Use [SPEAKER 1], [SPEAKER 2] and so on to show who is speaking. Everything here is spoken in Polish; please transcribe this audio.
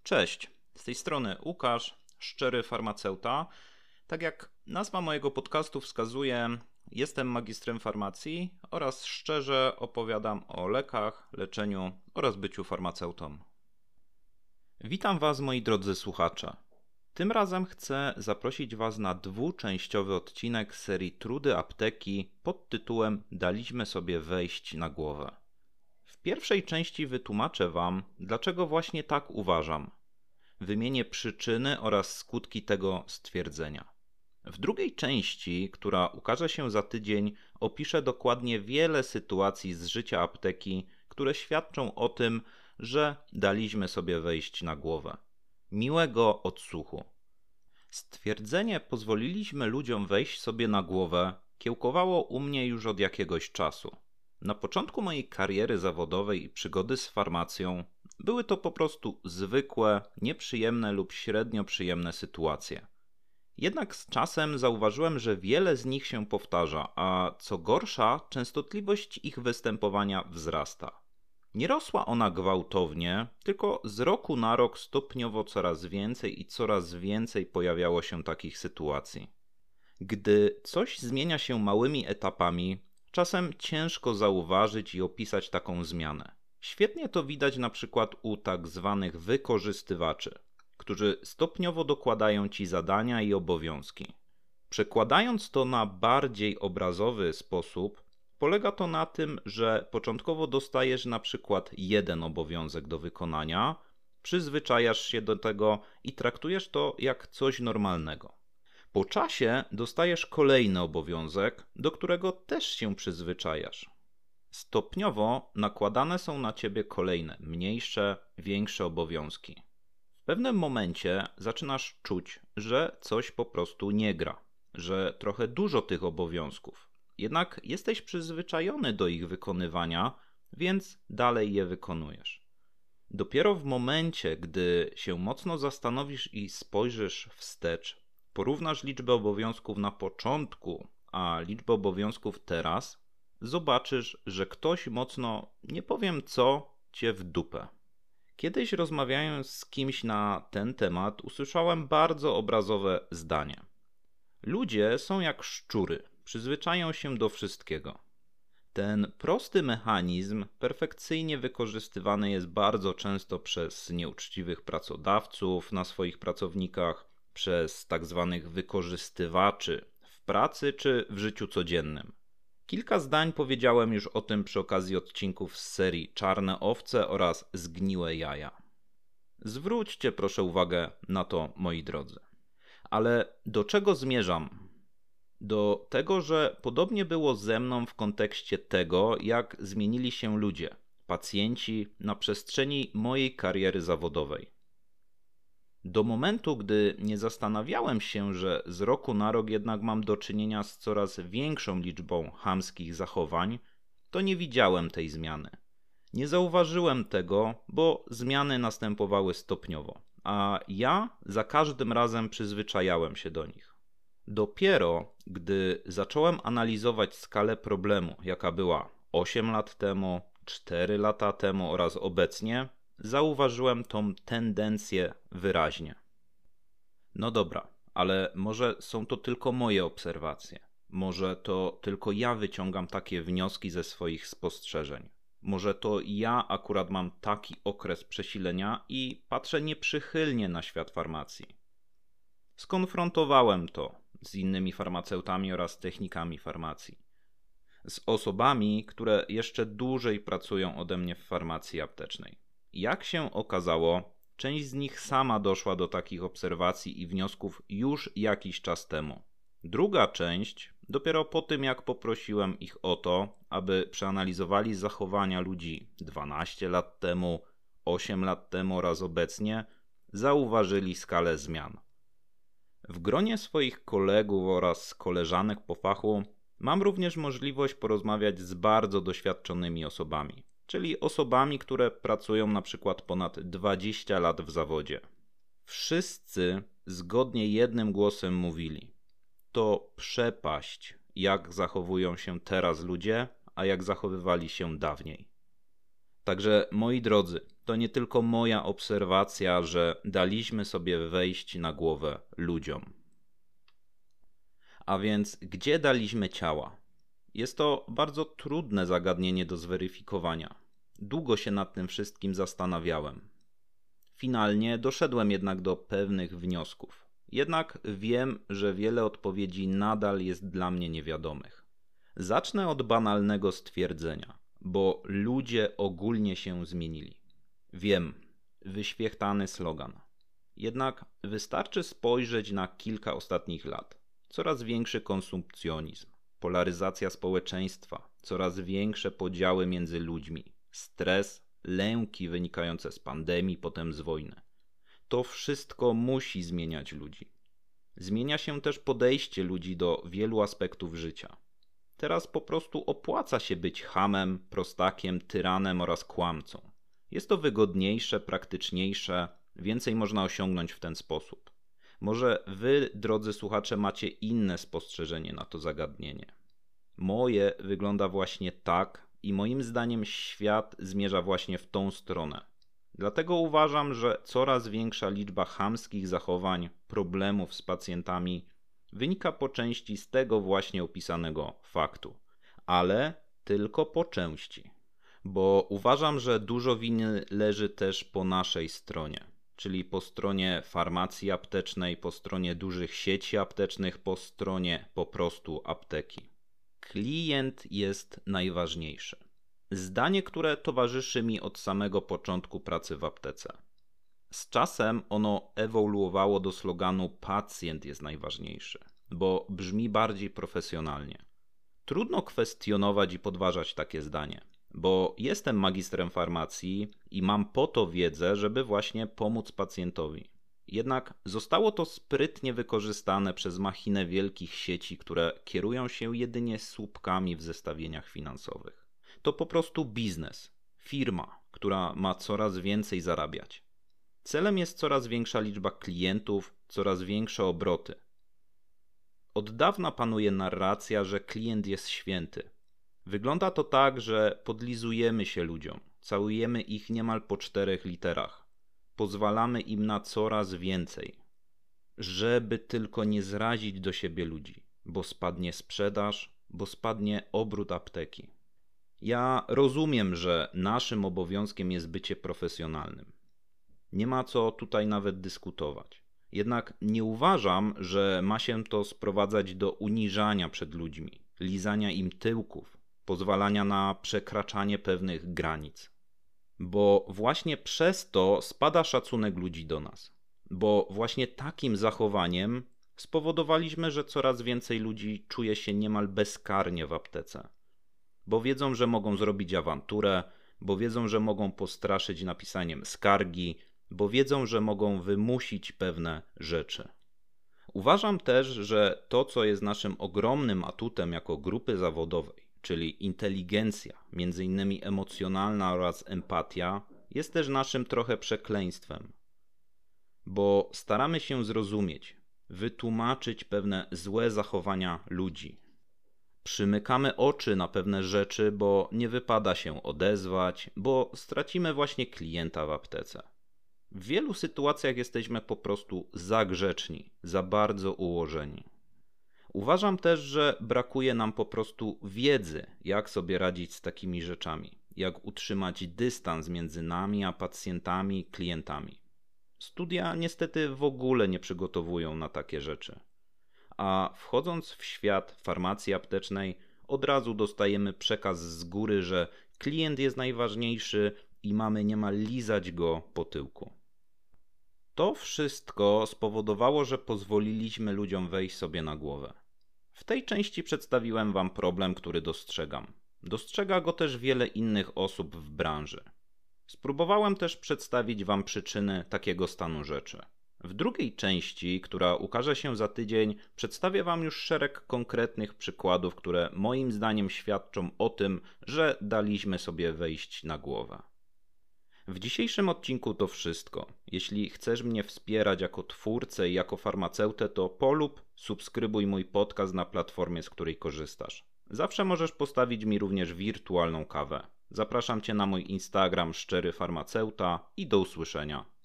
[SPEAKER 1] Cześć, z tej strony Łukasz, szczery farmaceuta. Tak jak nazwa mojego podcastu wskazuje, jestem magistrem farmacji oraz szczerze opowiadam o lekach, leczeniu oraz byciu farmaceutą. Witam Was, moi drodzy słuchacze. Tym razem chcę zaprosić Was na dwuczęściowy odcinek serii Trudy Apteki pod tytułem Daliśmy sobie wejść na głowę. W pierwszej części wytłumaczę Wam, dlaczego właśnie tak uważam. Wymienię przyczyny oraz skutki tego stwierdzenia. W drugiej części, która ukaże się za tydzień, opiszę dokładnie wiele sytuacji z życia apteki, które świadczą o tym, że daliśmy sobie wejść na głowę. Miłego odsłuchu. Stwierdzenie pozwoliliśmy ludziom wejść sobie na głowę kiełkowało u mnie już od jakiegoś czasu. Na początku mojej kariery zawodowej i przygody z farmacją były to po prostu zwykłe, nieprzyjemne lub średnio przyjemne sytuacje. Jednak z czasem zauważyłem, że wiele z nich się powtarza, a co gorsza, częstotliwość ich występowania wzrasta. Nie rosła ona gwałtownie, tylko z roku na rok stopniowo coraz więcej pojawiało się takich sytuacji. Gdy coś zmienia się małymi etapami, czasem ciężko zauważyć i opisać taką zmianę. Świetnie to widać na przykład u tak zwanych wykorzystywaczy, którzy stopniowo dokładają ci zadania i obowiązki. Przekładając to na bardziej obrazowy sposób, polega to na tym, że początkowo dostajesz na przykład jeden obowiązek do wykonania, przyzwyczajasz się do tego i traktujesz to jak coś normalnego. Po czasie dostajesz kolejny obowiązek, do którego też się przyzwyczajasz. Stopniowo nakładane są na ciebie kolejne, mniejsze, większe obowiązki. W pewnym momencie zaczynasz czuć, że coś po prostu nie gra, że trochę dużo tych obowiązków. Jednak jesteś przyzwyczajony do ich wykonywania, więc dalej je wykonujesz. Dopiero w momencie, gdy się mocno zastanowisz i spojrzysz wstecz, porównasz liczbę obowiązków na początku, a liczbę obowiązków teraz, zobaczysz, że ktoś mocno, nie powiem co, cię w dupę. Kiedyś rozmawiając z kimś na ten temat, usłyszałem bardzo obrazowe zdanie. Ludzie są jak szczury, przyzwyczają się do wszystkiego. Ten prosty mechanizm perfekcyjnie wykorzystywany jest bardzo często przez nieuczciwych pracodawców na swoich pracownikach, przez tak zwanych wykorzystywaczy w pracy czy w życiu codziennym. Kilka zdań powiedziałem już o tym przy okazji odcinków z serii Czarne owce oraz Zgniłe jaja. Zwróćcie proszę uwagę na to, moi drodzy. Ale do czego zmierzam? Do tego, że podobnie było ze mną w kontekście tego, jak zmienili się ludzie, pacjenci na przestrzeni mojej kariery zawodowej. Do momentu, gdy nie zastanawiałem się, że z roku na rok jednak mam do czynienia z coraz większą liczbą chamskich zachowań, to nie widziałem tej zmiany. Nie zauważyłem tego, bo zmiany następowały stopniowo, a ja za każdym razem przyzwyczajałem się do nich. Dopiero gdy zacząłem analizować skalę problemu, jaka była 8 lat temu, 4 lata temu oraz obecnie, zauważyłem tą tendencję wyraźnie. No dobra, ale może są to tylko moje obserwacje. Może to tylko ja wyciągam takie wnioski ze swoich spostrzeżeń. Może to ja akurat mam taki okres przesilenia i patrzę nieprzychylnie na świat farmacji. Skonfrontowałem to z innymi farmaceutami oraz technikami farmacji. Z osobami, które jeszcze dłużej pracują ode mnie w farmacji aptecznej. Jak się okazało, część z nich sama doszła do takich obserwacji i wniosków już jakiś czas temu. Druga część, dopiero po tym jak poprosiłem ich o to, aby przeanalizowali zachowania ludzi 12 lat temu, 8 lat temu oraz obecnie, zauważyli skalę zmian. W gronie swoich kolegów oraz koleżanek po fachu mam również możliwość porozmawiać z bardzo doświadczonymi osobami, czyli osobami, które pracują na przykład ponad 20 lat w zawodzie. Wszyscy zgodnie jednym głosem mówili: to przepaść, jak zachowują się teraz ludzie, a jak zachowywali się dawniej. Także moi drodzy, to nie tylko moja obserwacja, że daliśmy sobie wejść na głowę ludziom. A więc gdzie daliśmy ciała? Jest to bardzo trudne zagadnienie do zweryfikowania. Długo się nad tym wszystkim zastanawiałem. Finalnie doszedłem jednak do pewnych wniosków. Jednak wiem, że wiele odpowiedzi nadal jest dla mnie niewiadomych. Zacznę od banalnego stwierdzenia, bo ludzie ogólnie się zmienili. Wiem, wyświechtany slogan. Jednak wystarczy spojrzeć na kilka ostatnich lat. Coraz większy konsumpcjonizm, polaryzacja społeczeństwa, coraz większe podziały między ludźmi, stres, lęki wynikające z pandemii, potem z wojny. To wszystko musi zmieniać ludzi. Zmienia się też podejście ludzi do wielu aspektów życia. Teraz po prostu opłaca się być chamem, prostakiem, tyranem oraz kłamcą. Jest to wygodniejsze, praktyczniejsze, więcej można osiągnąć w ten sposób. Może wy, drodzy słuchacze, macie inne spostrzeżenie na to zagadnienie. Moje wygląda właśnie tak i moim zdaniem świat zmierza właśnie w tą stronę. Dlatego uważam, że coraz większa liczba chamskich zachowań, problemów z pacjentami wynika po części z tego właśnie opisanego faktu. Ale tylko po części. Bo uważam, że dużo winy leży też po naszej stronie. Czyli po stronie farmacji aptecznej, po stronie dużych sieci aptecznych, po stronie po prostu apteki. Klient jest najważniejszy. Zdanie, które towarzyszy mi od samego początku pracy w aptece. Z czasem ono ewoluowało do sloganu pacjent jest najważniejszy, bo brzmi bardziej profesjonalnie. Trudno kwestionować i podważać takie zdanie, bo jestem magistrem farmacji i mam po to wiedzę, żeby właśnie pomóc pacjentowi. Jednak zostało to sprytnie wykorzystane przez machinę wielkich sieci, które kierują się jedynie słupkami w zestawieniach finansowych. To po prostu biznes, firma, która ma coraz więcej zarabiać. Celem jest coraz większa liczba klientów, coraz większe obroty. Od dawna panuje narracja, że klient jest święty. Wygląda to tak, że podlizujemy się ludziom, całujemy ich niemal po 4 literach. Pozwalamy im na coraz więcej, żeby tylko nie zrazić do siebie ludzi, bo spadnie sprzedaż, bo spadnie obrót apteki. Ja rozumiem, że naszym obowiązkiem jest bycie profesjonalnym. Nie ma co tutaj nawet dyskutować. Jednak nie uważam, że ma się to sprowadzać do uniżania przed ludźmi, lizania im tyłków, pozwalania na przekraczanie pewnych granic. Bo właśnie przez to spada szacunek ludzi do nas. Bo właśnie takim zachowaniem spowodowaliśmy, że coraz więcej ludzi czuje się niemal bezkarnie w aptece. Bo wiedzą, że mogą zrobić awanturę, bo wiedzą, że mogą postraszyć napisaniem skargi, bo wiedzą, że mogą wymusić pewne rzeczy. Uważam też, że to, co jest naszym ogromnym atutem jako grupy zawodowej, czyli inteligencja, między innymi emocjonalna oraz empatia, jest też naszym trochę przekleństwem. Bo staramy się zrozumieć, wytłumaczyć pewne złe zachowania ludzi. Przymykamy oczy na pewne rzeczy, bo nie wypada się odezwać, bo stracimy właśnie klienta w aptece. W wielu sytuacjach jesteśmy po prostu za grzeczni, za bardzo ułożeni. Uważam też, że brakuje nam po prostu wiedzy, jak sobie radzić z takimi rzeczami, jak utrzymać dystans między nami a pacjentami, klientami. Studia niestety w ogóle nie przygotowują na takie rzeczy. A wchodząc w świat farmacji aptecznej, od razu dostajemy przekaz z góry, że klient jest najważniejszy i mamy niemal lizać go po tyłku. To wszystko spowodowało, że pozwoliliśmy ludziom wejść sobie na głowę. W tej części przedstawiłem wam problem, który dostrzegam. Dostrzega go też wiele innych osób w branży. Spróbowałem też przedstawić wam przyczyny takiego stanu rzeczy. W drugiej części, która ukaże się za tydzień, przedstawię wam już szereg konkretnych przykładów, które moim zdaniem świadczą o tym, że daliśmy sobie wejść na głowę. W dzisiejszym odcinku to wszystko. Jeśli chcesz mnie wspierać jako twórcę i jako farmaceutę, to polub, subskrybuj mój podcast na platformie, z której korzystasz. Zawsze możesz postawić mi również wirtualną kawę. Zapraszam Cię na mój Instagram Szczery Farmaceuta i do usłyszenia.